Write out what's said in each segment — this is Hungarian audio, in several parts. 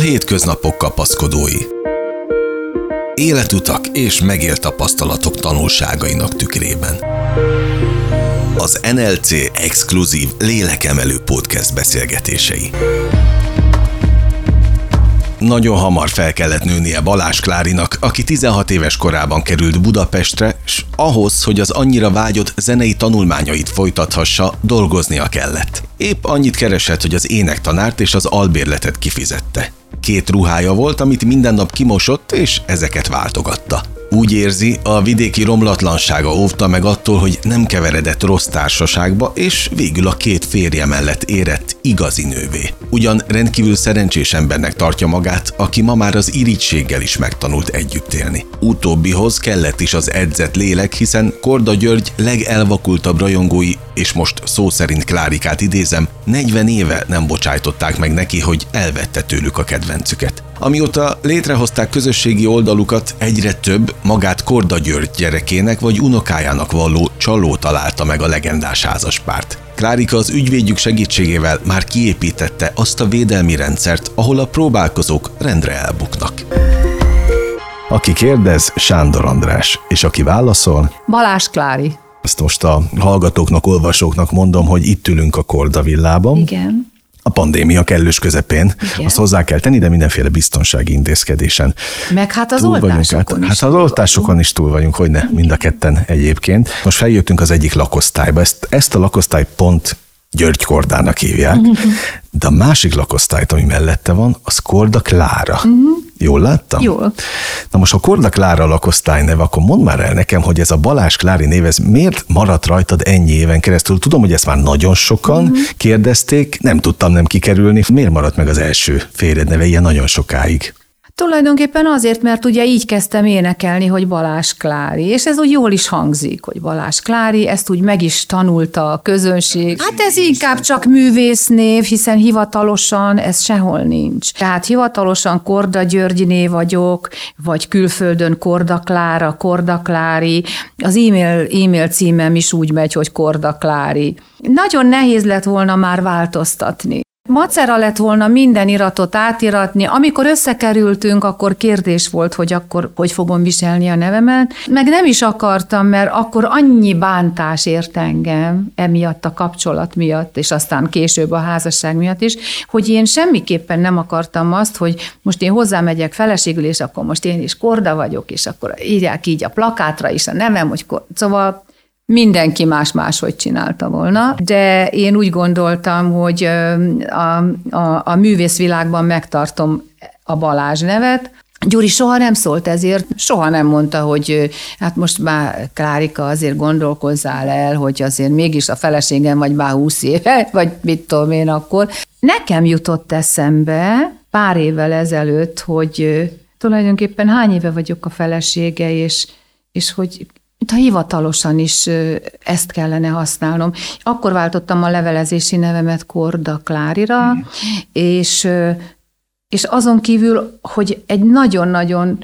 hétköznapok kapaszkodói. Életutak és megélt tapasztalatok tanulságainak tükrében. Az NLC exkluzív lélekemelő podcast beszélgetései. Nagyon hamar fel kellett nőnie Balázs Klárinak, aki 16 éves korában került Budapestre, s ahhoz, hogy az annyira vágyott zenei tanulmányait folytathassa, dolgoznia kellett. Épp annyit keresett, hogy az énektanárt és az albérletet kifizette. 2 ruhája volt, amit minden nap kimosott, és ezeket váltogatta. Úgy érzi, a vidéki romlatlansága óvta meg attól, hogy nem keveredett rossz társaságba, és végül a 2 férje mellett érett igazi nővé. Ugyan rendkívül szerencsés embernek tartja magát, aki ma már az irigységgel is megtanult együtt élni. Utóbbihoz kellett is az edzett lélek, hiszen Korda György legelvakultabb rajongói, és most szó szerint Klárikát idézem, 40 éve nem bocsájtották meg neki, hogy elvette tőlük a kedvencüket. Amióta létrehozták közösségi oldalukat, egyre több magát Korda György gyerekének vagy unokájának valló csaló találta meg a legendás házaspárt. Klárika az ügyvédjük segítségével már kiépítette azt a védelmi rendszert, ahol a próbálkozók rendre elbuknak. Aki kérdez, Sándor András, és aki válaszol, Balázs Klári. Ezt most a hallgatóknak, olvasóknak mondom, hogy itt ülünk a Korda villában. Igen. A pandémia kellős közepén. Igen. Azt hozzá kell tenni, de mindenféle biztonsági intézkedésen. Meg hát az oltásokon is. Hát az oltásokon is túl vagyunk, hogyne, igen. Mind a ketten egyébként. Most feljöttünk az egyik lakosztályba. Ezt a lakosztály pont György Kordának hívják, de a másik lakosztályt, ami mellette van, az Korda Klára. Jól láttam? Jól. Na most, ha Korda Klára lakosztály neve, akkor mondd már el nekem, hogy ez a Balázs Klári név, ez miért maradt rajtad ennyi éven keresztül? Tudom, hogy ezt már nagyon sokan kérdezték, nem tudtam nem kikerülni. Miért maradt meg az első férjed neve ilyen nagyon sokáig? Tulajdonképpen azért, mert ugye így kezdtem énekelni, hogy Balázs Klári, és ez úgy jól is hangzik, hogy Balázs Klári, ezt úgy meg is tanulta a közönség. Hát ez inkább csak művésznév, hiszen hivatalosan ez sehol nincs. Tehát hivatalosan Korda Györgyiné vagyok, vagy külföldön Korda Klára, Korda Klári. Az e-mail címem is úgy megy, hogy Korda Klári. Nagyon nehéz lett volna már változtatni. Macera lett volna minden iratot átiratni. Amikor összekerültünk, akkor kérdés volt, hogy akkor hogy fogom viselni a nevemet. Meg nem is akartam, mert akkor annyi bántás ért engem emiatt a kapcsolat miatt, és aztán később a házasság miatt is, hogy én semmiképpen nem akartam azt, hogy most én hozzámegyek feleségül, és akkor most én is Korda vagyok, és akkor írják így a plakátra is a nevem, hogy szóval mindenki máshogy csinálta volna, de én úgy gondoltam, hogy a művészvilágban megtartom a Balázs nevet. Gyuri soha nem szólt ezért, soha nem mondta, hogy hát most már Klárika, azért gondolkozzál el, hogy azért mégis a feleségem vagy már 20 éve, vagy mit tudom én akkor. Nekem jutott eszembe pár évvel ezelőtt, hogy tulajdonképpen hány éve vagyok a felesége, és hogy ha hivatalosan is ezt kellene használnom. Akkor váltottam a levelezési nevemet Korda Klárira, és azon kívül, hogy egy nagyon-nagyon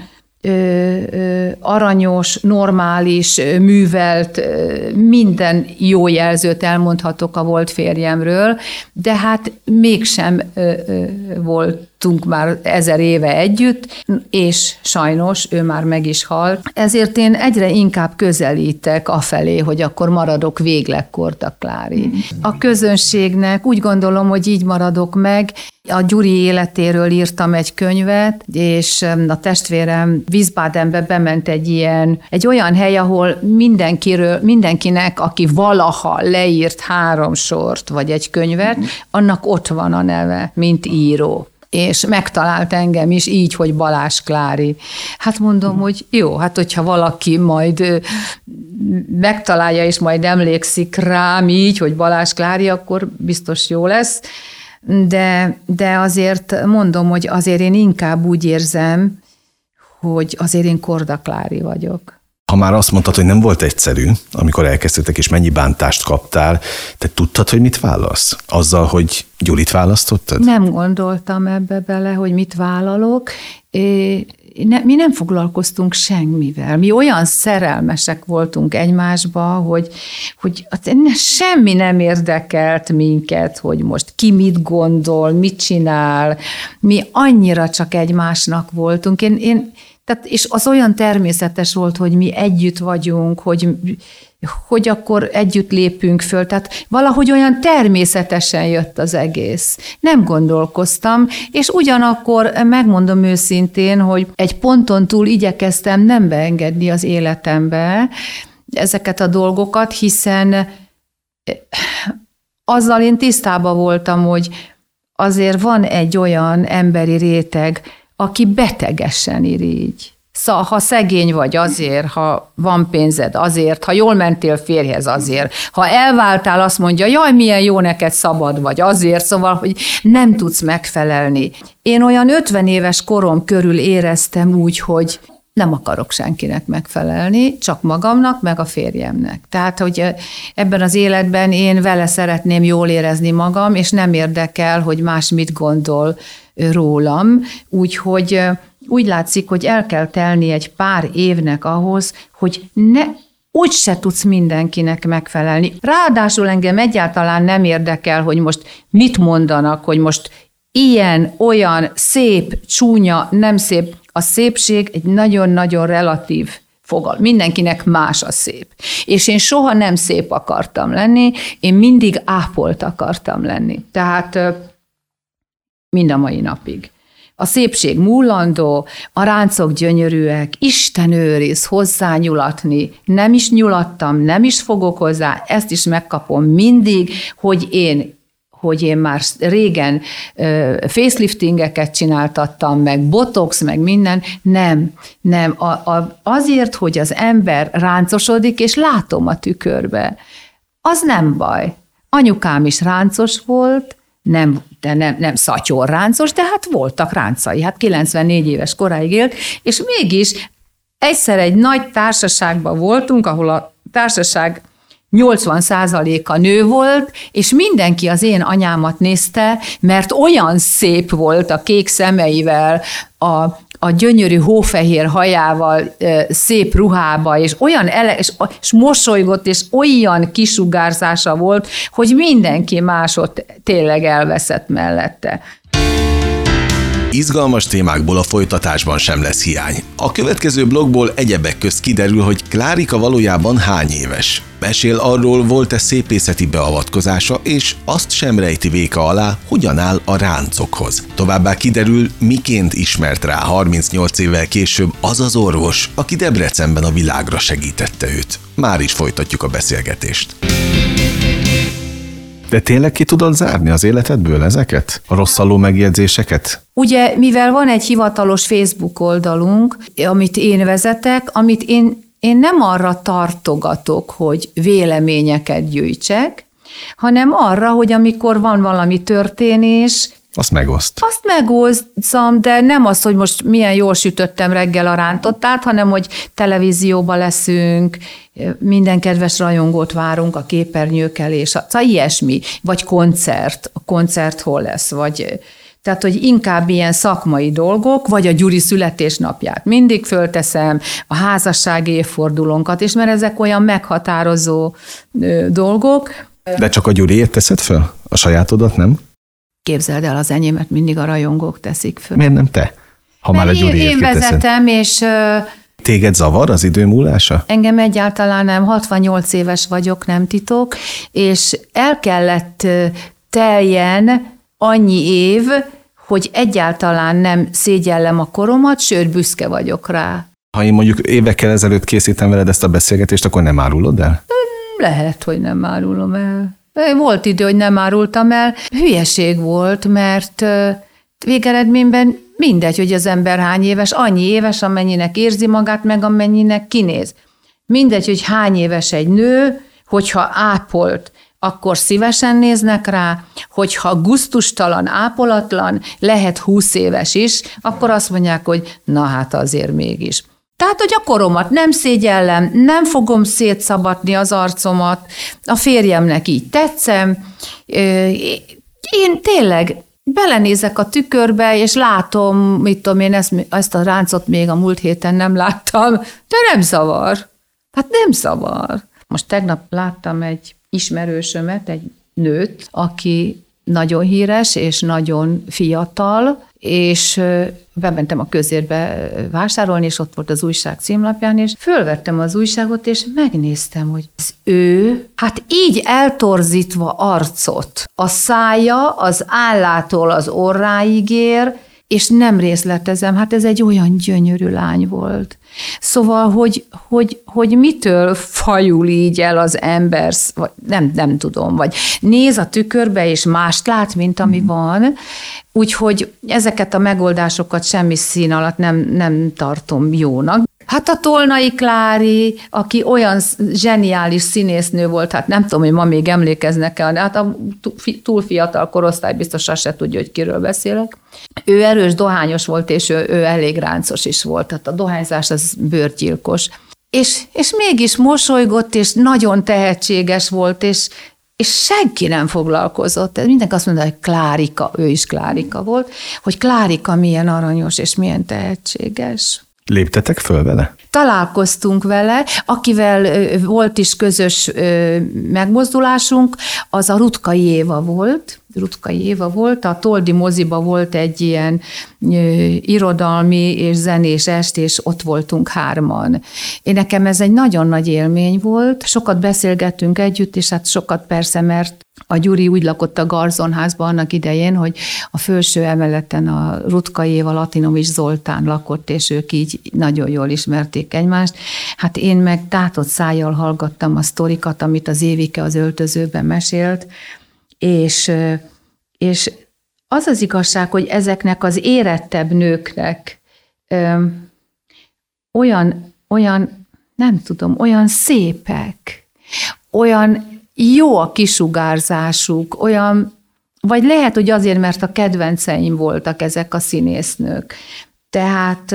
aranyos, normális, művelt, minden jó jelzőt elmondhatok a volt férjemről, de hát mégsem voltunk már 1000 éve együtt, és sajnos ő már meg is halt. Ezért én egyre inkább közelítek afelé, hogy akkor maradok végleg Korda Klári. A közönségnek úgy gondolom, hogy így maradok meg. A Gyuri életéről írtam egy könyvet, és a testvérem Wiesbadenbe bement egy olyan hely, ahol mindenkinek, aki valaha leírt 3 sort vagy egy könyvet, annak ott van a neve, mint író. És megtalált engem is így, hogy Balázs Klári. Hát mondom, hogy jó, hát hogyha valaki majd megtalálja, és majd emlékszik rám így, hogy Balázs Klári, akkor biztos jó lesz. De azért mondom, hogy azért én inkább úgy érzem, hogy azért én Korda Klári vagyok. Ha már azt mondtad, hogy nem volt egyszerű, amikor elkezdtetek, és mennyi bántást kaptál, te tudtad, hogy mit válasz? Azzal, hogy Gyurit választottad? Nem gondoltam ebbe bele, hogy mit vállalok. mi nem foglalkoztunk semmivel. Mi olyan szerelmesek voltunk egymásba, hogy semmi nem érdekelt minket, hogy most ki mit gondol, mit csinál. Mi annyira csak egymásnak voltunk. Tehát, és az olyan természetes volt, hogy mi együtt vagyunk, hogy akkor együtt lépünk föl. Tehát valahogy olyan természetesen jött az egész. Nem gondolkoztam, és ugyanakkor megmondom őszintén, hogy egy ponton túl igyekeztem nem beengedni az életembe ezeket a dolgokat, hiszen azzal én tisztában voltam, hogy azért van egy olyan emberi réteg, aki betegesen irigy. Ha szegény vagy azért, ha van pénzed azért, ha jól mentél férjhez azért, ha elváltál, azt mondja, jaj, milyen jó neked, szabad vagy azért, szóval, hogy nem tudsz megfelelni. Én olyan 50 éves korom körül éreztem úgy, hogy nem akarok senkinek megfelelni, csak magamnak, meg a férjemnek. Tehát, hogy ebben az életben én vele szeretném jól érezni magam, és nem érdekel, hogy más mit gondol rólam, úgyhogy úgy látszik, hogy el kell telni egy pár évnek ahhoz, hogy úgy se tudsz mindenkinek megfelelni. Ráadásul engem egyáltalán nem érdekel, hogy most mit mondanak, hogy most ilyen, olyan, szép, csúnya, nem szép. A szépség egy nagyon-nagyon relatív fogalom. Mindenkinek más a szép. És én soha nem szép akartam lenni, én mindig ápolt akartam lenni. Tehát mind a mai napig. A szépség múlandó, a ráncok gyönyörűek, Isten őriz hozzányulatni. Nem is nyulattam, nem is fogok hozzá, ezt is megkapom mindig, hogy én már régen faceliftingeket csináltattam, meg botox, meg minden. Nem. Azért, hogy az ember ráncosodik, és látom a tükörbe, az nem baj. Anyukám is ráncos volt, nem szatyorráncos, de hát voltak ráncai. Hát 94 éves koráig élt, és mégis egyszer egy nagy társaságban voltunk, ahol a társaság 80%-a nő volt, és mindenki az én anyámat nézte, mert olyan szép volt a kék szemeivel, a gyönyörű hófehér hajával, szép ruhába, és olyan és mosolygott, és olyan kisugárzása volt, hogy mindenki másot tényleg elveszett mellette. Izgalmas témákból a folytatásban sem lesz hiány. A következő blogból egyebek közt kiderül, hogy Klárika valójában hány éves. Mesél arról, volt-e szépészeti beavatkozása, és azt sem rejti véka alá, hogyan áll a ráncokhoz. Továbbá kiderül, miként ismert rá 38 évvel később az az orvos, aki Debrecenben a világra segítette őt. Már is folytatjuk a beszélgetést. De tényleg ki tudod zárni az életedből ezeket? A rosszalló megjegyzéseket? Ugye, mivel van egy hivatalos Facebook oldalunk, amit én vezetek, amit én nem arra tartogatok, hogy véleményeket gyűjtsek, hanem arra, hogy amikor van valami történés, azt megosztam, de nem az, hogy most milyen jól sütöttem reggel a rántottát, hanem hogy televízióba leszünk, minden kedves rajongót várunk a képernyők elé, szóval ilyesmi, vagy a koncert hol lesz, tehát, hogy inkább ilyen szakmai dolgok, vagy a Gyuri születésnapját mindig fölteszem, a házassági évfordulónkat, és mert ezek olyan meghatározó dolgok. De csak a Gyuriét teszed föl? A sajátodat nem? Képzeld el, az enyémet mindig a rajongók teszik föl. Miért nem te? Ha már a Gyuriét én vezetem, és... Téged zavar az idő múlása? Engem egyáltalán nem, 68 éves vagyok, nem titok, és el kellett teljen annyi év, hogy egyáltalán nem szégyellem a koromat, sőt, büszke vagyok rá. Ha én mondjuk évekkel ezelőtt készítem veled ezt a beszélgetést, akkor nem árulod el? Lehet, hogy nem árulom el. Volt idő, hogy nem árultam el. Hülyeség volt, mert végeredményben mindegy, hogy az ember hány éves, annyi éves, amennyinek érzi magát, meg amennyinek kinéz. Mindegy, hogy hány éves egy nő, hogyha ápolt, akkor szívesen néznek rá, hogyha gusztustalan, ápolatlan, lehet 20 éves is, akkor azt mondják, hogy na hát azért mégis. Tehát, hogy a koromat nem szégyellem, nem fogom szétszabadni az arcomat, a férjemnek így tetszem. Én tényleg belenézek a tükörbe, és látom, mit tudom én, ezt a ráncot még a múlt héten nem láttam, de nem zavar. Hát nem zavar. Most tegnap láttam egy ismerősömet, egy nőt, aki nagyon híres és nagyon fiatal, és bementem a közérbe vásárolni, és ott volt az újság címlapján, és fölvettem az újságot, és megnéztem, hogy ő, hát így eltorzítva arcot, a szája az állától az orráig ér, és nem részletezem, hát ez egy olyan gyönyörű lány volt. Szóval, hogy mitől fajul így el az ember, vagy nem tudom, vagy néz a tükörbe, és mást lát, mint ami van, úgyhogy ezeket a megoldásokat semmi szín alatt nem tartom jónak. Hát a Tolnai Klári, aki olyan zseniális színésznő volt, hát nem tudom, hogy ma még emlékeznek el, hát a túl fiatal korosztály biztos azt se tudja, hogy kiről beszélek. Ő erős dohányos volt, és ő elég ráncos is volt, tehát a dohányzás az bőrgyilkos. És mégis mosolygott, és nagyon tehetséges volt, és senki nem foglalkozott. Mindenki azt mondta, hogy Klárika, ő is Klárika volt, hogy Klárika milyen aranyos, és milyen tehetséges. Léptetek föl vele? Találkoztunk vele, akivel volt is közös megmozdulásunk, az a Rutkai Éva volt. Rutkai Éva volt, a Toldi moziba volt egy ilyen irodalmi és zenés est, és ott voltunk 3-an. Nekem ez egy nagyon nagy élmény volt, sokat beszélgettünk együtt, és hát sokat persze, mert a Gyuri úgy lakott a Garzonházban annak idején, hogy a felső emeleten a Rutkai Éva, Latinovics Zoltán lakott, és ők így nagyon jól ismerték egymást. Hát én meg tátott szájjal hallgattam a sztorikat, amit az Évike az öltözőben mesélt, és az az igazság, hogy ezeknek az érettebb nőknek olyan, nem tudom, olyan szépek, olyan jó a kisugárzásuk, olyan, vagy lehet, hogy azért, mert a kedvenceim voltak ezek a színésznők. Tehát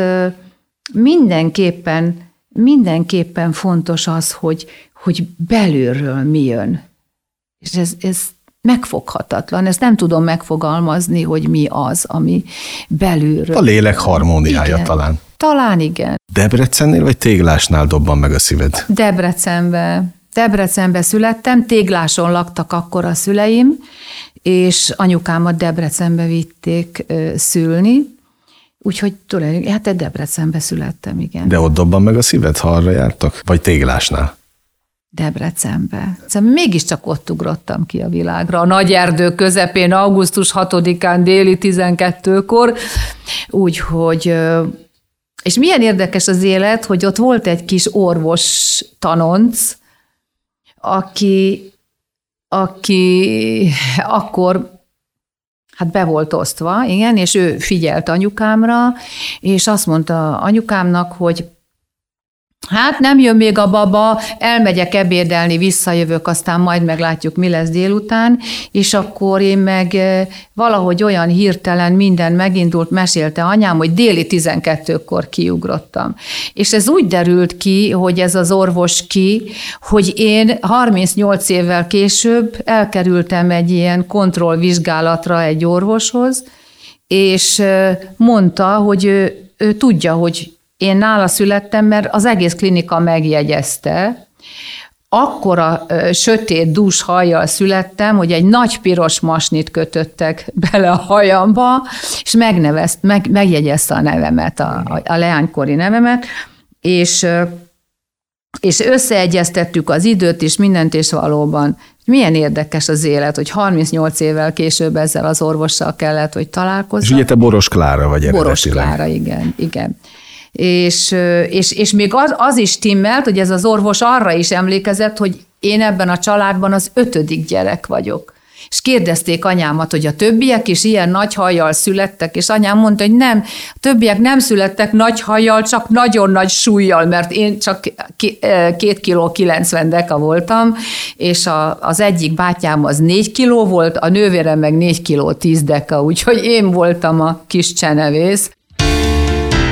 mindenképpen fontos az, hogy belülről mi jön. És ez megfoghatatlan, ezt nem tudom megfogalmazni, hogy mi az, ami belülről. A lélek harmóniája igen. Talán. Talán igen. Debrecennél vagy Téglásnál dobban meg a szíved? Debrecenbe születtem, Tégláson laktak akkor a szüleim, és anyukámat Debrecenbe vitték szülni, úgyhogy tulajdonképpen, hát Debrecenbe születtem, igen. De ott dobban meg a szíved, ha arra jártak? Vagy Téglásnál? Debrecenbe. Mégiscsak ott ugrottam ki a világra, a nagy erdő közepén, augusztus 6-án déli 12-kor, úgyhogy, és milyen érdekes az élet, hogy ott volt egy kis orvos tanonc, aki akkor hát be volt osztva, igen, és ő figyelt anyukámra, és azt mondta anyukámnak, hogy hát nem jön még a baba, elmegyek ebédelni, visszajövök, aztán majd meglátjuk, mi lesz délután, és akkor én meg valahogy olyan hirtelen minden megindult, mesélte anyám, hogy déli 12-kor kiugrottam. És ez úgy derült ki, hogy ez az orvos hogy én 38 évvel később elkerültem egy ilyen kontrollvizsgálatra egy orvoshoz, és mondta, hogy ő tudja, hogy én nála születtem, mert az egész klinika megjegyezte. Akkora sötét, dús hajjal születtem, hogy egy nagy piros masnit kötöttek bele a hajamba, és megjegyezte a nevemet, a leánykori nevemet, és összeegyeztettük az időt és mindent, és valóban milyen érdekes az élet, hogy 38 évvel később ezzel az orvossal kellett, hogy találkozzak. És ugye te Boros Klára vagy eredetileg. Boros Klára, igen. És még az is timmelt, hogy ez az orvos arra is emlékezett, hogy én ebben a családban az 5. gyerek vagyok. És kérdezték anyámat, hogy a többiek is ilyen nagy hajjal születtek, és anyám mondta, hogy nem, a többiek nem születtek nagy hajjal, csak nagyon nagy súlyjal, mert én csak 2 kg 90 deka voltam, és az egyik bátyám az 4 kg volt, a nővérem meg 4 kg 10 deka, úgyhogy én voltam a kis csenevész.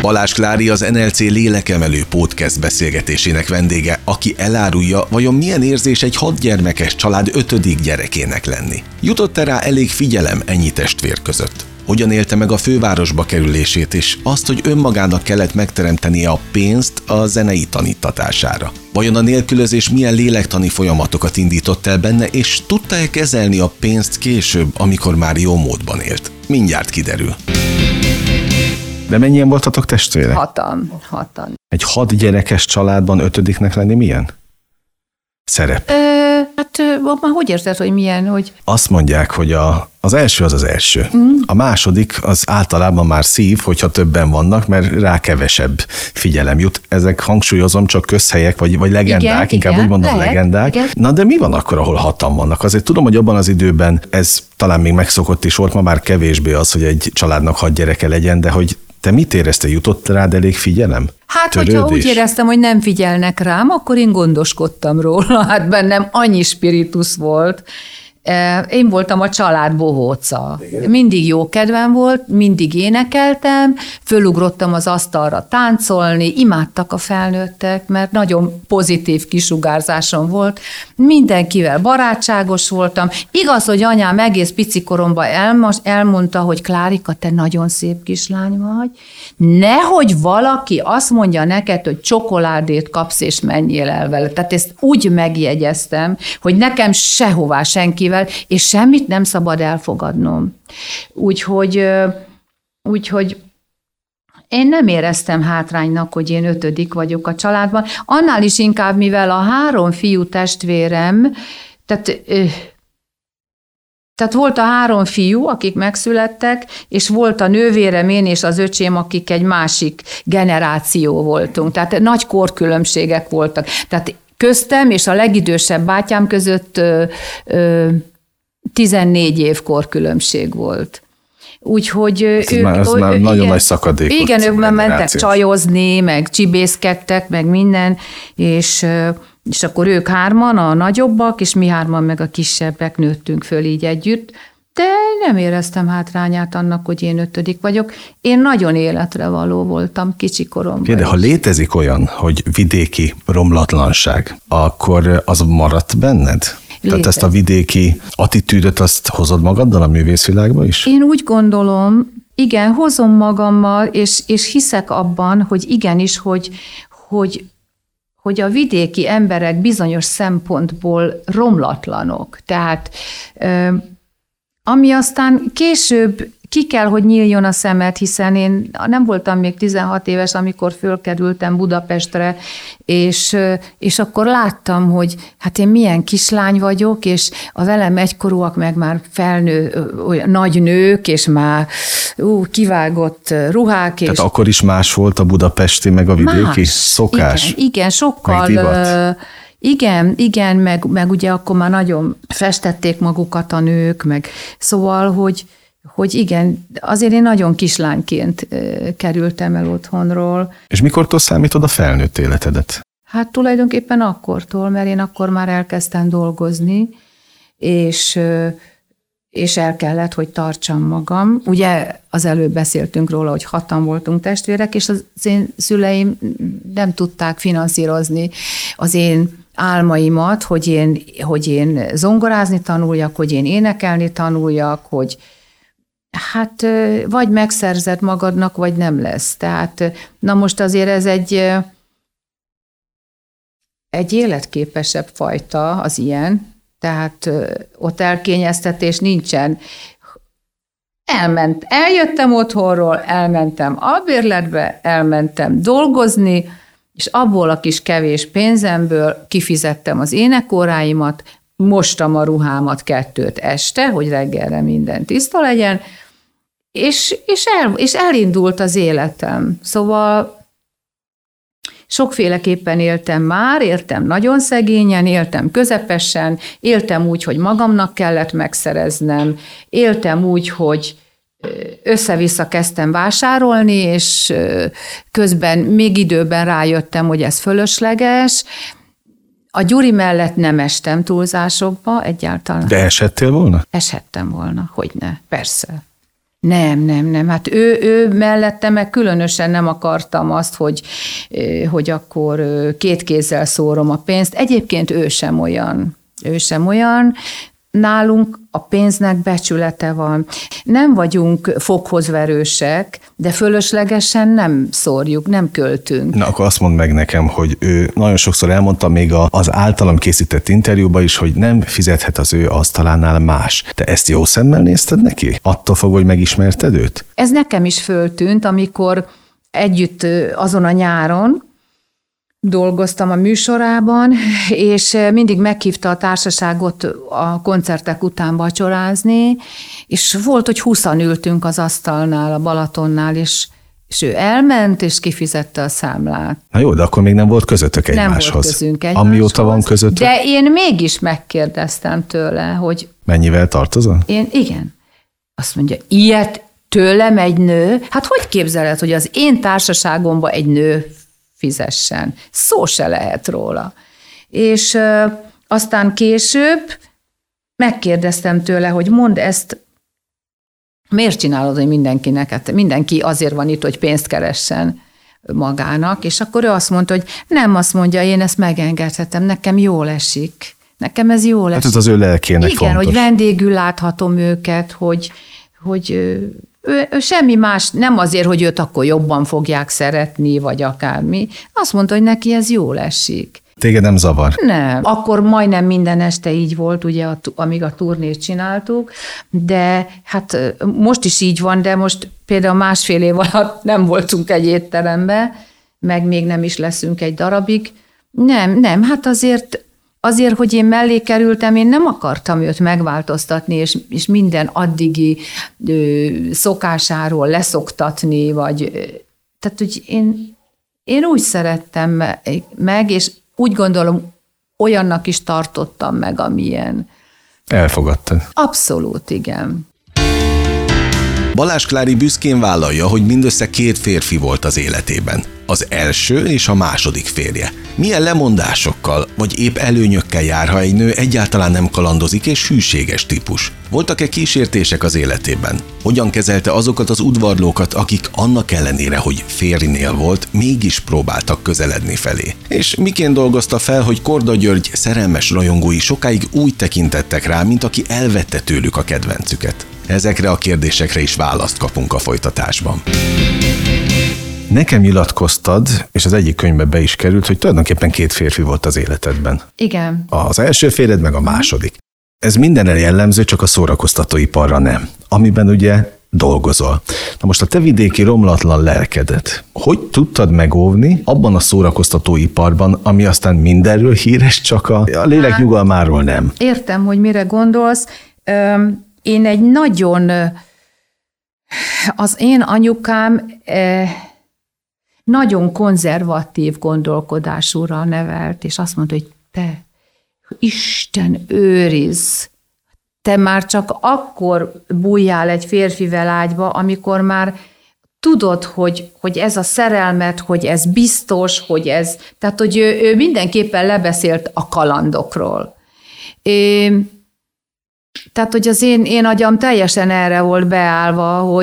Balázs Klári az NLC Lélekemelő Podcast beszélgetésének vendége, aki elárulja, vajon milyen érzés egy 6 gyermekes család 5. gyerekének lenni. Jutott-e rá elég figyelem ennyi testvér között? Hogyan élte meg a fővárosba kerülését, és azt, hogy önmagának kellett megteremtenie a pénzt a zenei tanítatására? Vajon a nélkülözés milyen lélektani folyamatokat indított el benne, és tudta-e kezelni a pénzt később, amikor már jó módban élt? Mindjárt kiderül. De mennyien voltatok testvérek? 6-an. Egy 6 gyerekes családban 5. lenni milyen szerep? Már hogy érted, hogy milyen, hogy... Azt mondják, hogy az első az első. A második az általában már szív, hogyha többen vannak, mert rá kevesebb figyelem jut. Ezek, hangsúlyozom, csak közhelyek, vagy legendák, inkább úgy mondom, legendák. Igen. Na de mi van akkor, ahol 6-an vannak? Azért tudom, hogy abban az időben ez talán még megszokott is volt, ma már kevésbé az, hogy egy családnak 6 gyereke legyen, de hogy te mit éreztél, jutott rád elég figyelem? Hát, hogyha úgy éreztem, hogy nem figyelnek rám, akkor én gondoskodtam róla. Hát bennem annyi spiritus volt. Én voltam a család bohóca. Mindig jó kedvem volt, mindig énekeltem, fölugrottam az asztalra táncolni, imádtak a felnőttek, mert nagyon pozitív kisugárzásom volt. Mindenkivel barátságos voltam. Igaz, hogy anyám egész pici koromban elmondta, hogy Klárika, te nagyon szép kislány vagy. Nehogy valaki azt mondja neked, hogy csokoládét kapsz, és menjél el vele. Tehát ezt úgy megjegyeztem, hogy nekem sehová senkivel, és semmit nem szabad elfogadnom. Úgyhogy én nem éreztem hátránynak, hogy én 5. vagyok a családban. Annál is inkább, mivel a 3 fiú testvérem, tehát volt a 3 fiú, akik megszülettek, és volt a nővérem, én és az öcsém, akik egy másik generáció voltunk. Tehát nagy korkülönbségek voltak. Tehát köztem és a legidősebb bátyám között 14 év korkülönbség volt. Úgyhogy ez már nagyon nagy szakadék. Igen, ők mentek csajozni, meg csibészkedtek, meg minden, és akkor ők 3-an, a nagyobbak, és mi 3-an meg a kisebbek nőttünk föl így együtt, de nem éreztem hátrányát annak, hogy én 5. vagyok. Én nagyon életre való voltam kicsi koromban. De ha létezik olyan, hogy vidéki romlatlanság, akkor az maradt benned? Tehát ezt a vidéki attitűdöt azt hozod magaddal a művészvilágba is? Én úgy gondolom, igen, hozom magammal, és hiszek abban, hogy igenis, hogy a vidéki emberek bizonyos szempontból romlatlanok. Tehát ami aztán később ki kell, hogy nyíljon a szemed, hiszen én nem voltam még 16 éves, amikor fölkerültem Budapestre, és akkor láttam, hogy hát én milyen kislány vagyok, és a velem egykorúak meg már nagy nők, és már kivágott ruhák. Tehát akkor is más volt a budapesti, meg a vidéki szokás? Igen, sokkal... Igen, meg ugye akkor már nagyon festették magukat a nők, meg szóval, hogy igen, azért én nagyon kislányként kerültem el otthonról. És mikortól számítod a felnőtt életedet? Hát tulajdonképpen akkortól, mert én akkor már elkezdtem dolgozni, és el kellett, hogy tartsam magam. Ugye az előbb beszéltünk róla, hogy 6-an voltunk testvérek, és az én szüleim nem tudták finanszírozni az én álmaimat, hogy én zongorázni tanuljak, hogy én énekelni tanuljak, hogy hát vagy megszerzed magadnak, vagy nem lesz. Tehát na most azért ez egy életképesebb fajta az ilyen, tehát ott elkényeztetés nincsen. Eljöttem otthonról, elmentem albérletbe, elmentem dolgozni, és abból a kis kevés pénzemből kifizettem az énekóráimat, mostam a ruhámat 2 este, hogy reggelre minden tiszta legyen, és elindult az életem. Szóval sokféleképpen éltem már, éltem nagyon szegényen, éltem közepesen, éltem úgy, hogy magamnak kellett megszereznem, éltem úgy, hogy össze-vissza kezdtem vásárolni, és közben még időben rájöttem, hogy ez fölösleges. A Gyuri mellett nem estem túlzásokba egyáltalán. De esettél volna? Eshettem volna, hogyne, persze. Nem. Hát ő mellette meg különösen nem akartam azt, hogy akkor két kézzel szórom a pénzt. Egyébként ő sem olyan. Nálunk a pénznek becsülete van. Nem vagyunk foghozverősek, de fölöslegesen nem szórjuk, nem költünk. Na, akkor azt mondd meg nekem, hogy ő nagyon sokszor elmondta még az általam készített interjúban is, hogy nem fizethet az ő asztalánál más. Te ezt jó szemmel nézted neki? Attól fogva, hogy megismerted őt? Ez nekem is föltűnt, amikor együtt azon a nyáron dolgoztam a műsorában, és mindig meghívta a társaságot a koncertek után vacsorázni, és volt, hogy 20-an ültünk az asztalnál, a Balatonnál, és ő elment, és kifizette a számlát. Na jó, de akkor még nem volt közöttök egymáshoz. Nem volt közünk egymáshoz. Amióta van közöttök? De én mégis megkérdeztem tőle, hogy... Mennyivel tartozol? Igen. Azt mondja, ilyet tőlem egy nő? Hát hogy képzeled, hogy az én társaságomban egy nő fizessen? Szó se lehet róla. És aztán később megkérdeztem tőle, hogy mondd ezt, miért csinálod, hogy mindenkinek? Hát mindenki azért van itt, hogy pénzt keressen magának, és akkor ő azt mondta, hogy nem, azt mondja, én ezt megengedhetem, nekem jól esik. Nekem ez jól esik. Hát ez az ő lelkének igen, fontos. hogy vendégül láthatom őket, hogy ő semmi más, nem azért, hogy őt akkor jobban fogják szeretni, vagy akármi. Azt mondta, hogy neki ez jól esik. Téged nem zavar? Nem. Akkor majdnem minden este így volt, ugye, amíg a turnét csináltuk, de hát most is így van, de most például másfél év alatt nem voltunk egy étteremben, meg még nem is leszünk egy darabig. Nem, hát azért, hogy én mellé kerültem, én nem akartam őt megváltoztatni, és minden addigi szokásáról leszoktatni, tehát, hogy én úgy szerettem meg, és úgy gondolom, olyannak is tartottam meg, amilyen. Elfogadtad. Abszolút, igen. Balázs Klári büszkén vállalja, hogy mindössze 2 férfi volt az életében. Az első és a második férje. Milyen lemondásokkal, vagy épp előnyökkel jár, ha egy nő egyáltalán nem kalandozik és hűséges típus? Voltak-e kísértések az életében? Hogyan kezelte azokat az udvarlókat, akik annak ellenére, hogy férjnél volt, mégis próbáltak közeledni felé? És miként dolgozta fel, hogy Korda György szerelmes rajongói sokáig úgy tekintettek rá, mint aki elvette tőlük a kedvencüket? Ezekre a kérdésekre is választ kapunk a folytatásban. Nekem nyilatkoztad, és az egyik könyvbe be is került, hogy tulajdonképpen 2 férfi volt az életedben. Igen. Az első férjed meg a második. Ez mindenre jellemző, csak a szórakoztatóiparra nem, amiben ugye dolgozol. Na most a te vidéki romlatlan lelkedet hogy tudtad megóvni abban a szórakoztatóiparban, ami aztán mindenről híres, csak a lélek nyugalmáról nem? Értem, hogy mire gondolsz. Én egy az én anyukám nagyon konzervatív gondolkodásúra nevelt, és azt mondta, hogy te, Isten őrizz, te már csak akkor bújjál egy férfivel ágyba, amikor már tudod, hogy ez a szerelmet, hogy ez biztos, hogy ez, tehát hogy ő mindenképpen lebeszélt a kalandokról. Tehát, hogy az én agyam teljesen erre volt beállva,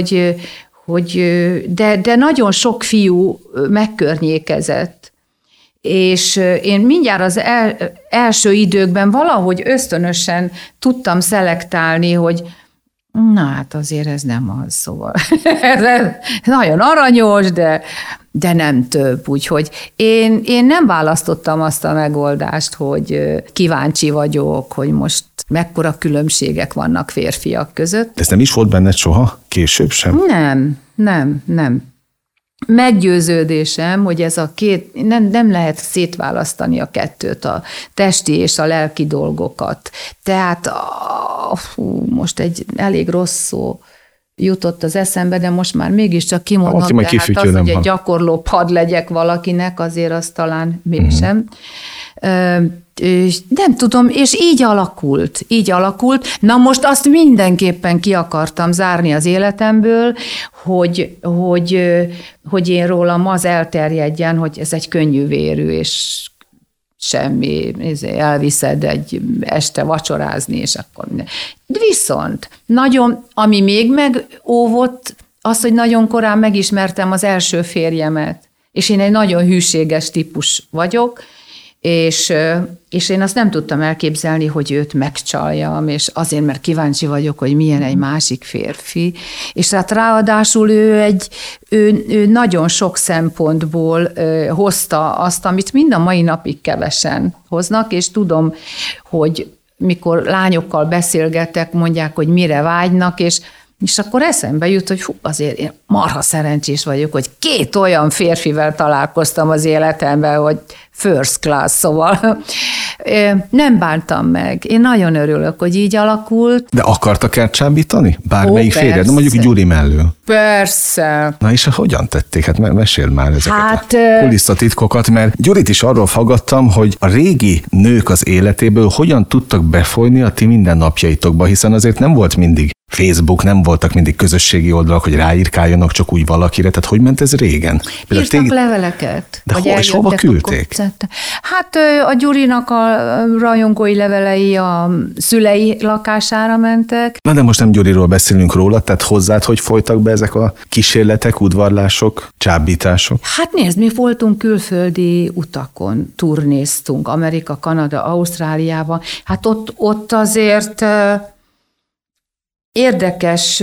de nagyon sok fiú megkörnyékezett. És én mindjárt az első időkben valahogy ösztönösen tudtam szelektálni, hogy na hát azért ez nem az, szóval ez nagyon aranyos, de nem több. Úgyhogy én nem választottam azt a megoldást, hogy kíváncsi vagyok, hogy most mekkora különbségek vannak férfiak között. Ez nem is volt benned soha? Később sem? Nem. Meggyőződésem, hogy ez a két, nem lehet szétválasztani a kettőt, a testi és a lelki dolgokat. Tehát most egy elég rossz szó jutott az eszembe, de most már mégiscsak kimondom, tehát az, hogy egy gyakorló pad legyek valakinek, azért az talán mégsem. Nem tudom, és így alakult. Na most azt mindenképpen ki akartam zárni az életemből, hogy én rólam az elterjedjen, hogy ez egy könnyűvérű, és semmi, elviszed egy este vacsorázni, és akkor minden. Viszont nagyon, ami még megóvott, az, hogy nagyon korán megismertem az első férjemet, és én egy nagyon hűséges típus vagyok, és én azt nem tudtam elképzelni, hogy őt megcsaljam, és azért, mert kíváncsi vagyok, hogy milyen egy másik férfi, és hát ráadásul ő nagyon sok szempontból hozta azt, amit mind a mai napig kevesen hoznak, és tudom, hogy mikor lányokkal beszélgetek, mondják, hogy mire vágynak, és akkor eszembe jut, hogy azért én marha szerencsés vagyok, hogy 2 olyan férfivel találkoztam az életemben, hogy first class, szóval nem bántam meg. Én nagyon örülök, hogy így alakult. De akartak elcsábítani? Bármelyik férjed? De mondjuk Gyuri mellől. Persze. Na és hogyan tették? Hát meséld már ezeket a kulisszatitkokat, mert Gyurit is arról faggattam, hogy a régi nők az életéből hogyan tudtak befolyni a ti mindennapjaitokba, hiszen azért nem volt mindig Facebook, nem voltak mindig közösségi oldalak, hogy ráírkáljanak csak úgy valakire, tehát hogy ment ez régen? Írtak leveleket. De és hova küldték? Hát a Gyurinak a rajongói levelei a szülei lakására mentek. Na de most nem Gyuriról beszélünk róla, tehát hozzád, hogy folytak be ezek a kísérletek, udvarlások, csábítások? Hát nézd, mi voltunk külföldi utakon, turnéztunk, Amerika, Kanada, Ausztráliában. Hát ott azért érdekes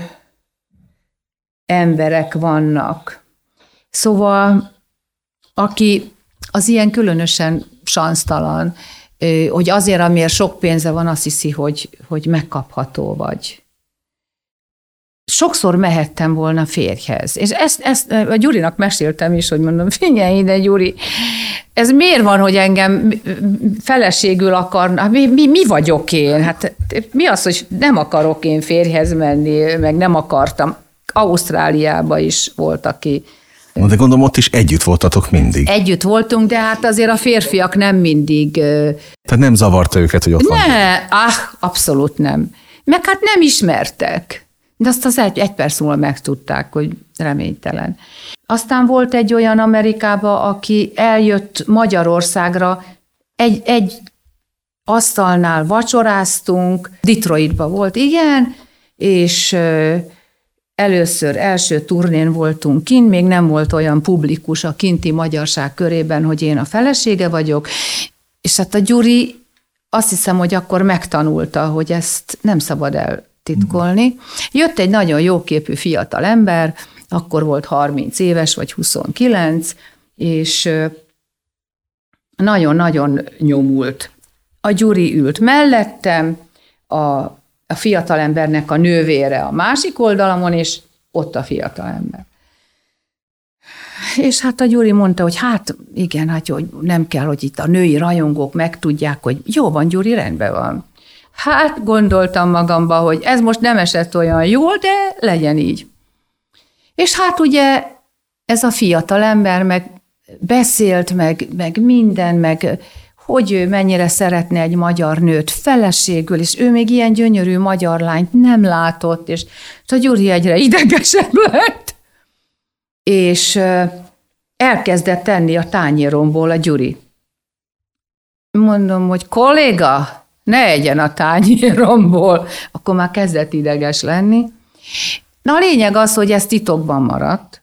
emberek vannak. Szóval, aki az ilyen különösen sansztalan, hogy azért, amiért sok pénze van, azt hiszi, hogy megkapható vagy. Sokszor mehettem volna férjhez. És ezt a Gyurinak meséltem is, hogy mondom, figyelj ide, Gyuri, ez miért van, hogy engem feleségül akarnak? Mi vagyok én? Hát mi az, hogy nem akarok én férjhez menni, meg nem akartam. Ausztráliában is volt, aki... De gondolom, ott is együtt voltatok mindig. Együtt voltunk, de hát azért a férfiak nem mindig... Tehát nem zavarta őket, hogy ott van? Abszolút nem. Meg hát nem ismertek. De azt az egy perc múlva megtudták, hogy reménytelen. Aztán volt egy olyan Amerikába, aki eljött Magyarországra, egy asztalnál vacsoráztunk, Detroitba volt, igen, és első turnén voltunk kint, még nem volt olyan publikus a kinti magyarság körében, hogy én a felesége vagyok, és hát a Gyuri azt hiszem, hogy akkor megtanulta, hogy ezt nem szabad eltitkolni. Jött egy nagyon jóképű fiatal ember, akkor volt 30 éves, vagy 29, és nagyon-nagyon nyomult. A Gyuri ült mellettem, a fiatalembernek a nővére a másik oldalamon, és ott a fiatalember. És hát a Gyuri mondta, hogy hát igen, hát hogy nem kell, hogy itt a női rajongók megtudják, hogy jó van, Gyuri, rendben van. Hát gondoltam magamba, hogy ez most nem esett olyan jól, de legyen így. És hát ugye ez a fiatalember meg beszélt, meg minden, meg hogy ő mennyire szeretne egy magyar nőt feleségül, és ő még ilyen gyönyörű magyar lányt nem látott, és a Gyuri egyre idegesebb lett. És elkezdett tenni a tányéromból a Gyuri. Mondom, hogy kolléga, ne egyen a tányéromból. Akkor már kezdett ideges lenni. Na a lényeg az, hogy ez titokban maradt,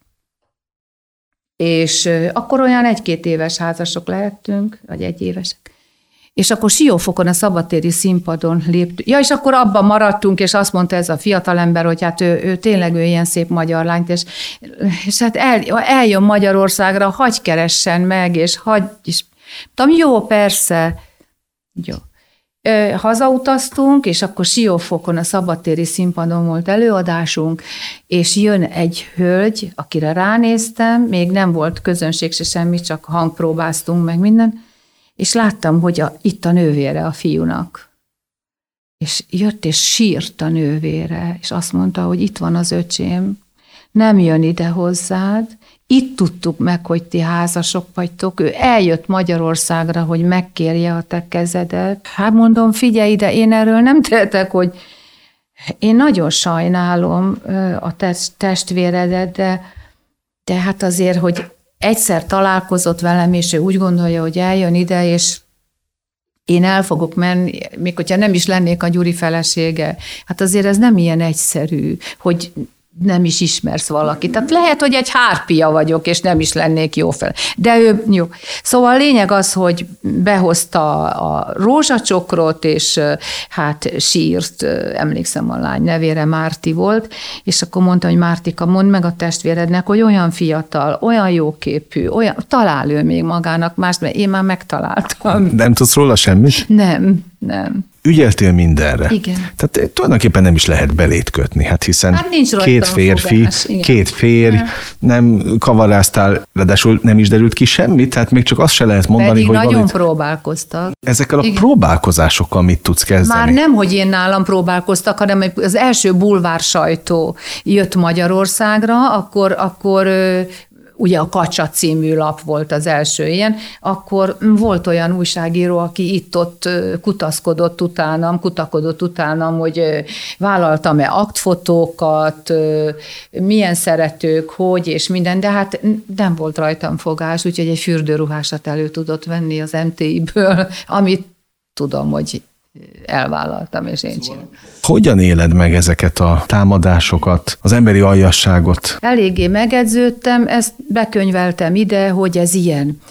és akkor olyan 1-2 éves házasok lehettünk, vagy 1 évesek. És akkor Siófokon a szabadtéri színpadon léptünk. Ja, és akkor abban maradtunk, és azt mondta ez a fiatalember, hogy hát ő tényleg ilyen szép magyar lányt, és hát eljön Magyarországra, hagyj keressen meg, és hagyj, és mondtam, jó, persze, jó. Hazautaztunk, és akkor Siófokon a szabadtéri színpadon volt előadásunk, és jön egy hölgy, akire ránéztem, még nem volt közönség se semmi, csak hangpróbáztunk meg minden, és láttam, hogy itt a nővére a fiúnak. És jött, és sírt a nővére, és azt mondta, hogy itt van az öcsém, nem jön ide hozzád, itt tudtuk meg, hogy ti házasok vagytok, ő eljött Magyarországra, hogy megkérje a te kezedet. Hát mondom, figyelj ide, én erről nem tehetek, hogy én nagyon sajnálom a testvéredet, de hát azért, hogy egyszer találkozott velem, és ő úgy gondolja, hogy eljön ide, és én el fogok menni, még hogyha nem is lennék a Gyuri felesége. Hát azért ez nem ilyen egyszerű, hogy nem is ismersz valakit. Tehát lehet, hogy egy hárpia vagyok, és nem is lennék jó fel. De ő jó. Szóval a lényeg az, hogy behozta a rózsacsokrot, és hát sírt, emlékszem a lány nevére, Márti volt, és akkor mondta, hogy Mártika, mondd meg a testvérednek, hogy olyan fiatal, olyan jóképű, olyan, talál ő még magának mást, mert én már megtaláltam. Nem tudsz róla semmit? Nem. Ügyeltél mindenre. Igen. Tehát tulajdonképpen nem is lehet belét kötni, hát hiszen két férfi, fogás, két férj, nem kavaráztál, ráadásul nem is derült ki semmit, tehát még csak azt se lehet mondani, pedig hogy nagyon próbálkoztak. Ezekkel a próbálkozásokkal mit tudsz kezdeni? Már nem, hogy én nálam próbálkoztak, hanem az első bulvár sajtó jött Magyarországra, akkor ugye a Kacsa című lap volt az első ilyen, akkor volt olyan újságíró, aki itt-ott kutakodott utánam, hogy vállaltam-e aktfotókat, milyen szeretők, hogy és minden, de hát nem volt rajtam fogás, úgyhogy egy fürdőruhásat elő tudott venni az MTI-ből, amit tudom, hogy elvállaltam, és én csináltam. Hogyan éled meg ezeket a támadásokat, az emberi aljasságot? Eléggé megedződtem, ezt bekönyveltem ide, hogy ez ilyen.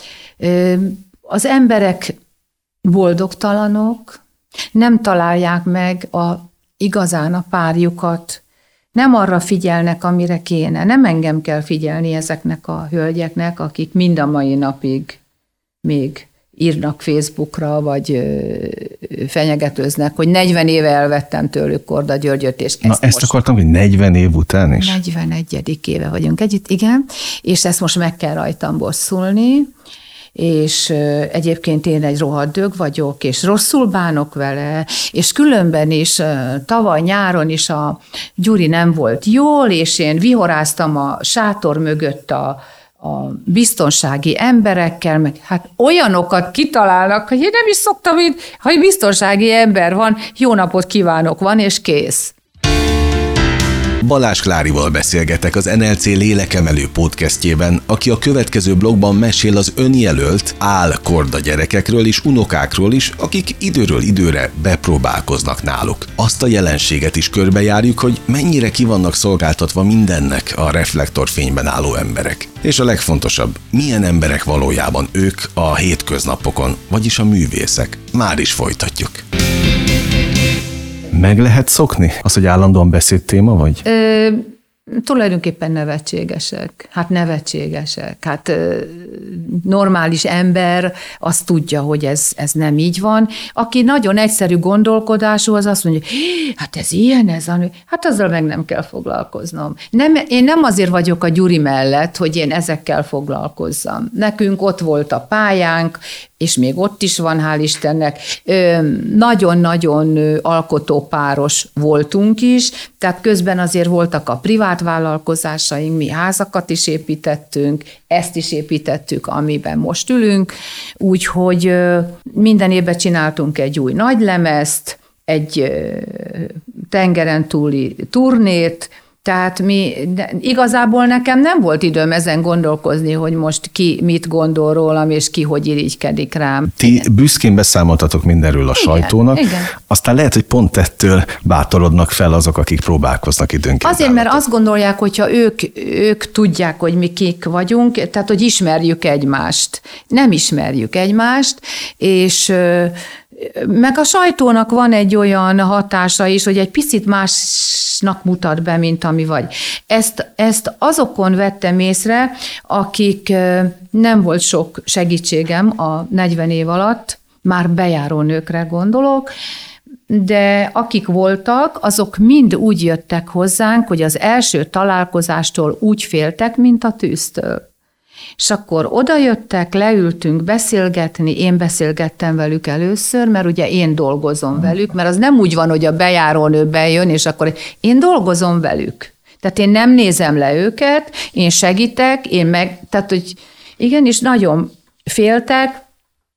Az emberek boldogtalanok, nem találják meg igazán a párjukat, nem arra figyelnek, amire kéne. Nem engem kell figyelni ezeknek a hölgyeknek, akik mind a mai napig még írnak Facebookra, vagy fenyegetőznek, hogy 40 éve elvettem tőlük Korda Györgyöt, és ezt akartam, hogy 40 év után is? 41. éve vagyunk együtt, igen, és ezt most meg kell rajtam bosszulni, és egyébként én egy rohadt dög vagyok, és rosszul bánok vele, és különben is tavaly nyáron is a Gyuri nem volt jól, és én vihoráztam a sátor mögött a biztonsági emberekkel, meg hát olyanokat kitalálnak, hogy én nem is szoktam, hogy biztonsági ember van, jó napot kívánok, van, és kész. Balázs Klárival beszélgetek az NLC Lélekemelő podcastjében, aki a következő blogban mesél az önjelölt álkorda gyerekekről és unokákról is, akik időről időre bepróbálkoznak náluk. Azt a jelenséget is körbejárjuk, hogy mennyire ki vannak szolgáltatva mindennek a reflektorfényben álló emberek. És a legfontosabb, milyen emberek valójában ők a hétköznapokon, vagyis a művészek. Már is folytatjuk. Meg lehet szokni? Az, hogy állandóan beszédtéma vagy? Tulajdonképpen nevetségesek. Hát normális ember azt tudja, hogy ez nem így van. Aki nagyon egyszerű gondolkodású, az azt mondja, hát ez ilyen, hát azzal meg nem kell foglalkoznom. Én nem azért vagyok a Gyuri mellett, hogy én ezekkel foglalkozzam. Nekünk ott volt a pályánk, és még ott is van, hál' Istennek. Nagyon-nagyon alkotópáros voltunk is, tehát közben azért voltak a privát vállalkozásaink, mi házakat is építettünk, ezt is építettük, amiben most ülünk, úgyhogy minden évben csináltunk egy új nagylemezt, egy tengeren túli turnét, tehát igazából nekem nem volt időm ezen gondolkozni, hogy most ki mit gondol rólam, és ki hogy irigykedik rám. Ti büszkén beszámoltatok mindenről a sajtónak, igen. Aztán lehet, hogy pont ettől bátorodnak fel azok, akik próbálkoznak időnként. Azért, mert azt gondolják, hogyha ők tudják, hogy mi kik vagyunk, tehát, hogy ismerjük egymást. Nem ismerjük egymást, és meg a sajtónak van egy olyan hatása is, hogy egy picit másnak mutat be, mint ami vagy. Ezt azokon vettem észre, akik nem volt sok segítségem a 40 év alatt, már bejáró nőkre gondolok, de akik voltak, azok mind úgy jöttek hozzánk, hogy az első találkozástól úgy féltek, mint a tűztől. És akkor odajöttek, leültünk beszélgetni, én beszélgettem velük először, mert ugye én dolgozom velük, mert az nem úgy van, hogy a bejárónő bejön, és akkor én dolgozom velük. Tehát én nem nézem le őket, én segítek, tehát hogy igenis nagyon féltek,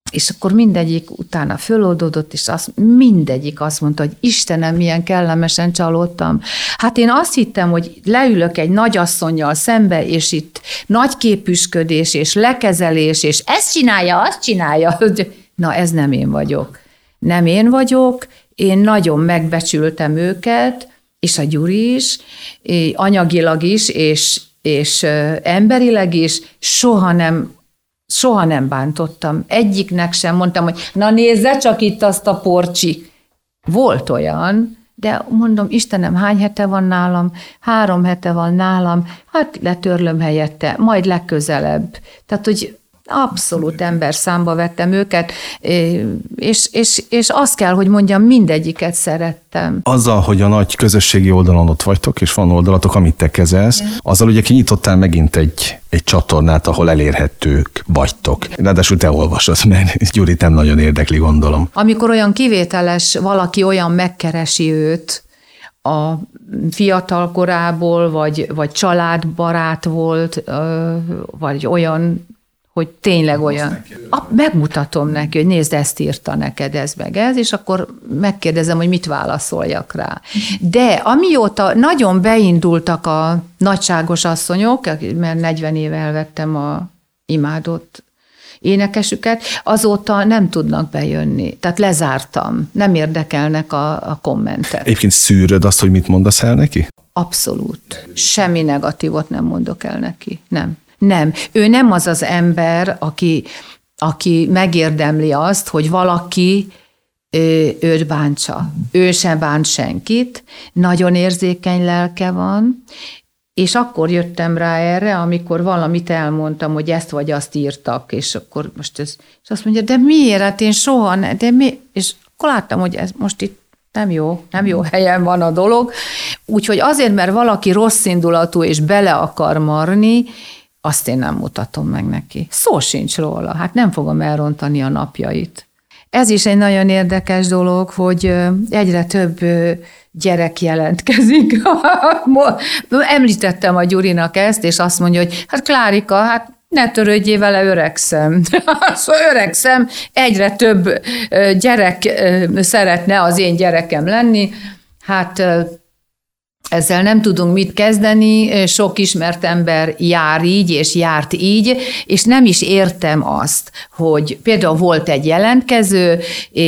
És akkor mindegyik utána föloldódott, és mindegyik azt mondta, hogy Istenem, milyen kellemesen csalódtam. Hát én azt hittem, hogy leülök egy nagyasszonnyal szembe, és itt nagy képüsködés, és lekezelés, és ezt csinálja, azt csinálja. Na, ez nem én vagyok. Nem én vagyok, én nagyon megbecsültem őket, és a Gyuri is, anyagilag is, és emberileg is, soha nem bántottam. Egyiknek sem mondtam, hogy na nézze csak itt azt a porcsi. Volt olyan, de mondom, Istenem, hány hete van nálam? 3 hete van nálam, hát letörlöm helyette, majd legközelebb. Tehát, hogy abszolút ember számba vettem őket, és azt kell, hogy mondjam, mindegyiket szerettem. Azzal, hogy a nagy közösségi oldalon ott vagytok, és van oldalatok, amit te kezelsz, azzal ugye kinyitottál megint egy csatornát, ahol elérhetők vagytok. Ráadásul te olvasod, mert Gyurit nem nagyon érdekli, gondolom. Amikor olyan kivételes valaki olyan megkeresi őt, a fiatal korából, vagy családbarát volt, vagy olyan, hogy tényleg olyan. Megmutatom neki, hogy nézd, ezt írta neked, ez meg ez, és akkor megkérdezem, hogy mit válaszoljak rá. De amióta nagyon beindultak a nagyságos asszonyok, mert 40 éve elvettem a imádott énekesüket, azóta nem tudnak bejönni. Tehát lezártam. Nem érdekelnek a kommentek. Egyébként szűröd azt, hogy mit mondasz el neki? Abszolút. Semmi negatívot nem mondok el neki. Nem. Ő nem az az ember, aki megérdemli azt, hogy valaki őt bántsa. Ő sem bánt senkit, nagyon érzékeny lelke van, és akkor jöttem rá erre, amikor valamit elmondtam, hogy ezt vagy azt írtak, és akkor most és azt mondja, de miért? Hát én soha nem, és akkor láttam, hogy ez most itt nem jó helyen van a dolog. Úgyhogy azért, mert valaki rosszindulatú és bele akar marni, azt én nem mutatom meg neki. Szó sincs róla, hát nem fogom elrontani a napjait. Ez is egy nagyon érdekes dolog, hogy egyre több gyerek jelentkezik. Említettem a Gyurinak ezt, és azt mondja, hogy hát Klárika, hát ne törődjél vele, öregszem. Szóval öregszem, egyre több gyerek szeretne az én gyerekem lenni. Hát ezzel nem tudunk mit kezdeni, sok ismert ember jár így, és járt így, és nem is értem azt, hogy például volt egy jelentkező,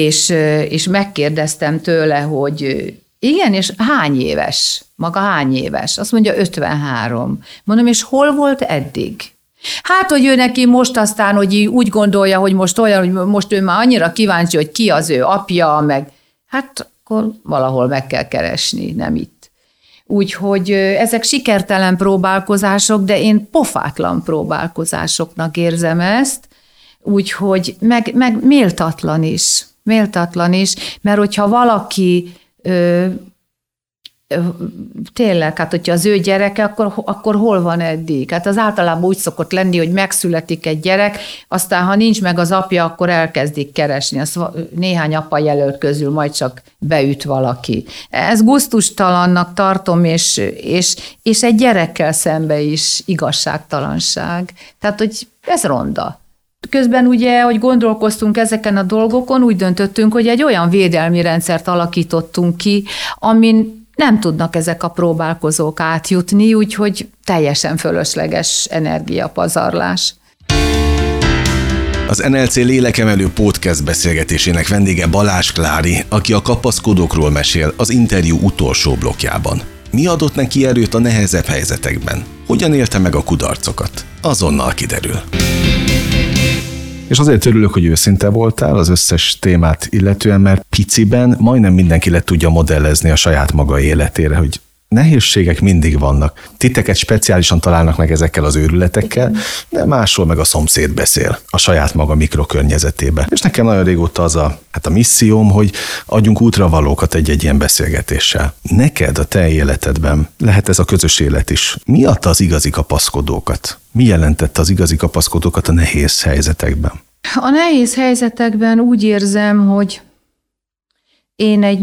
és megkérdeztem tőle, hogy igen, és hány éves? Maga hány éves? Azt mondja, 53. Mondom, és hol volt eddig? Hát, hogy ő neki most aztán, hogy úgy gondolja, hogy most olyan, hogy most ő már annyira kíváncsi, hogy ki az ő apja, meg hát akkor valahol meg kell keresni, nem itt. Úgyhogy ezek sikertelen próbálkozások, de én pofátlan próbálkozásoknak érzem ezt, úgyhogy meg méltatlan is, mert hogyha valaki tényleg, hát hogyha az ő gyereke, akkor hol van eddig? Hát az általában úgy szokott lenni, hogy megszületik egy gyerek, aztán ha nincs meg az apja, akkor elkezdik keresni. Azt néhány apa jelölt közül majd csak beüt valaki. Ez gusztustalannak tartom, és egy gyerekkel szembe is igazságtalanság. Tehát, hogy ez ronda. Közben ugye, hogy gondolkoztunk ezeken a dolgokon, úgy döntöttünk, hogy egy olyan védelmi rendszert alakítottunk ki, amin nem tudnak ezek a próbálkozók átjutni, úgyhogy teljesen fölösleges energiapazarlás. Az NLC lélekemelő podcast beszélgetésének vendége Balázs Klári, aki a kapaszkodókról mesél az interjú utolsó blokkjában. Mi adott neki erőt a nehezebb helyzetekben? Hogyan élte meg a kudarcokat? Azonnal kiderül. És azért örülök, hogy őszinte voltál az összes témát illetően, mert piciben majdnem mindenki le tudja modellezni a saját maga életére, hogy nehézségek mindig vannak. Titeket speciálisan találnak meg ezekkel az őrületekkel, de máshol meg a szomszéd beszél a saját maga mikrokörnyezetébe. És nekem nagyon régóta az a misszióm, hogy adjunk útravalókat egy ilyen beszélgetéssel. Neked a te életedben lehet ez a közös élet is. Mi adta az igazi kapaszkodókat? Mi jelentette az igazi kapaszkodókat a nehéz helyzetekben? A nehéz helyzetekben úgy érzem, hogy én egy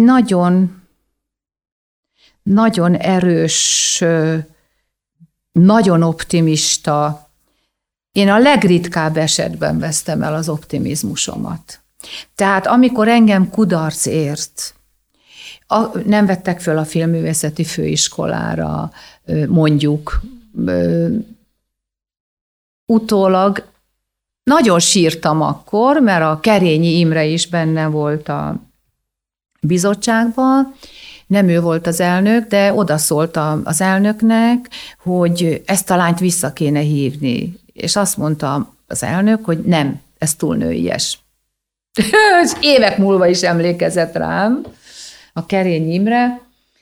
nagyon erős, nagyon optimista, én a legritkább esetben vesztem el az optimizmusomat. Tehát amikor engem kudarc ért, nem vettek föl a filmművészeti főiskolára, mondjuk, utólag nagyon sírtam akkor, mert a Kerényi Imre is benne volt a bizottságban, nem ő volt az elnök, de odaszólt az elnöknek, hogy ezt a lányt vissza kéne hívni. És azt mondta az elnök, hogy nem, ez túl nőies. Évek múlva is emlékezett rám a Kerényi Imre,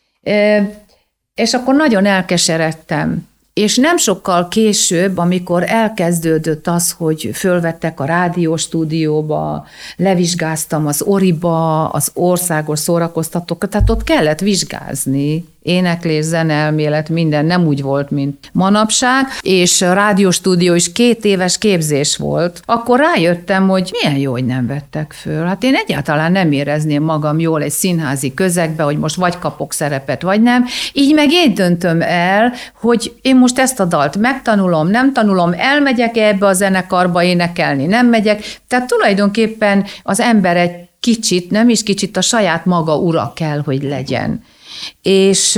és akkor nagyon elkeseredtem. És nem sokkal később, amikor elkezdődött az, hogy fölvettek a rádióstúdióba, levizsgáztam az Oriba, az országos szórakoztatókat, tehát ott kellett vizsgázni. Éneklés, zeneelmélet, minden nem úgy volt, mint manapság, és a rádióstúdió is 2 éves képzés volt. Akkor rájöttem, hogy milyen jó, hogy nem vettek föl. Hát én egyáltalán nem érezném magam jól egy színházi közegbe, hogy most vagy kapok szerepet, vagy nem. Így meg én döntöm el, hogy én most ezt a dalt megtanulom, nem tanulom, elmegyek ebbe a zenekarba énekelni, nem megyek. Tehát tulajdonképpen az ember egy kicsit, nem is kicsit, a saját maga ura kell, hogy legyen. És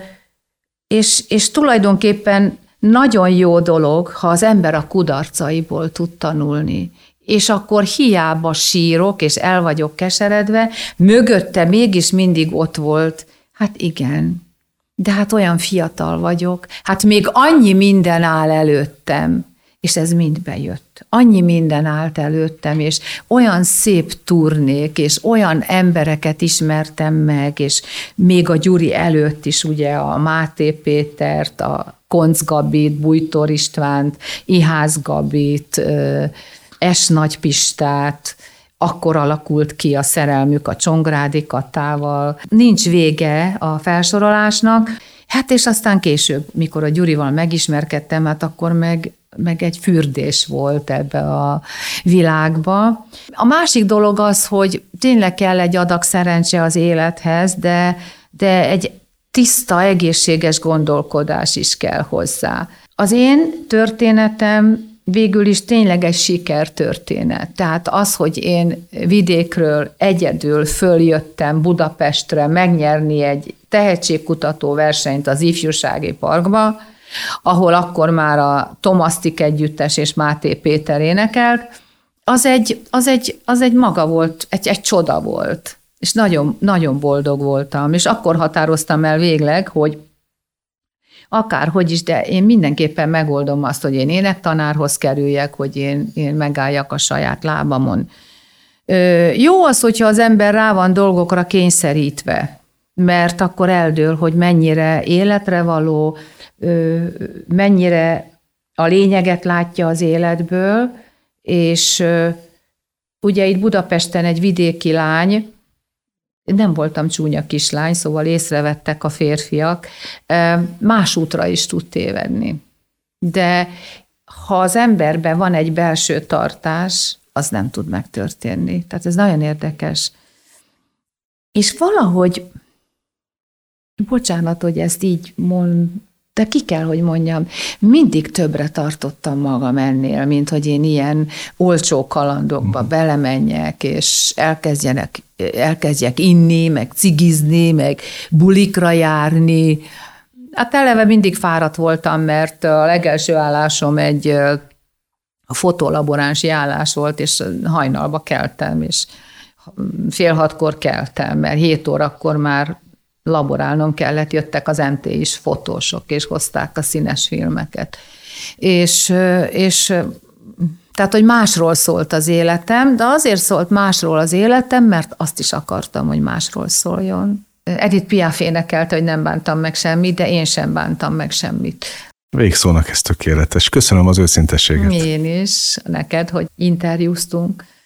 tulajdonképpen nagyon jó dolog, ha az ember a kudarcaiból tud tanulni. És akkor hiába sírok, és el vagyok keseredve, mögötte mégis mindig ott volt, hát igen, de hát olyan fiatal vagyok, hát még annyi minden áll előttem, és ez mind bejött. Annyi minden állt előttem, és olyan szép turnék, és olyan embereket ismertem meg, és még a Gyuri előtt is ugye a Máté Pétert, a Koncz Gabit, Bújtor Istvánt, Ihász Gabit, S. Nagy Pistát, akkor alakult ki a szerelmük a Csongrádi Katával. Nincs vége a felsorolásnak. Hát és aztán később, mikor a Gyurival megismerkedtem, hát akkor meg egy fürdés volt ebbe a világba. A másik dolog az, hogy tényleg kell egy adag szerencse az élethez, de egy tiszta, egészséges gondolkodás is kell hozzá. Az én történetem végül is tényleg egy sikertörténet. Tehát az, hogy én vidékről egyedül följöttem Budapestre megnyerni egy tehetségkutató versenyt az Ifjúsági Parkba, ahol akkor már a Tomasztik együttes és Máté Péter énekelt, az egy maga volt, egy csoda volt. És nagyon, nagyon boldog voltam. És akkor határoztam el végleg, hogy akárhogy is, de én mindenképpen megoldom azt, hogy én énektanárhoz kerüljek, hogy én megálljak a saját lábamon. Jó az, hogyha az ember rá van dolgokra kényszerítve, mert akkor eldől, hogy mennyire életre való, mennyire a lényeget látja az életből, és ugye itt Budapesten egy vidéki lány, nem voltam csúnya kislány, szóval észrevettek a férfiak, más útra is tud tévedni. De ha az emberben van egy belső tartás, az nem tud megtörténni. Tehát ez nagyon érdekes. És valahogy, bocsánat, hogy ezt így de ki kell, hogy mondjam, mindig többre tartottam magam ennél, mint hogy én ilyen olcsó kalandokba belemenjek, és elkezdjek inni, meg cigizni, meg bulikra járni. Hát eleve mindig fáradt voltam, mert a legelső állásom egy fotolaboránsi állás volt, és hajnalba keltem, és 5:30 keltem, mert 7 órakor már laborálnom kellett, jöttek az MT-is fotósok, és hozták a színes filmeket. És tehát, hogy másról szólt az életem, de azért szólt másról az életem, mert azt is akartam, hogy másról szóljon. Edith Piaf énekelte, hogy nem bántam meg semmit, de én sem bántam meg semmit. Végszónak ez tökéletes. Köszönöm az őszintességet. Én is, neked, hogy interjúztunk.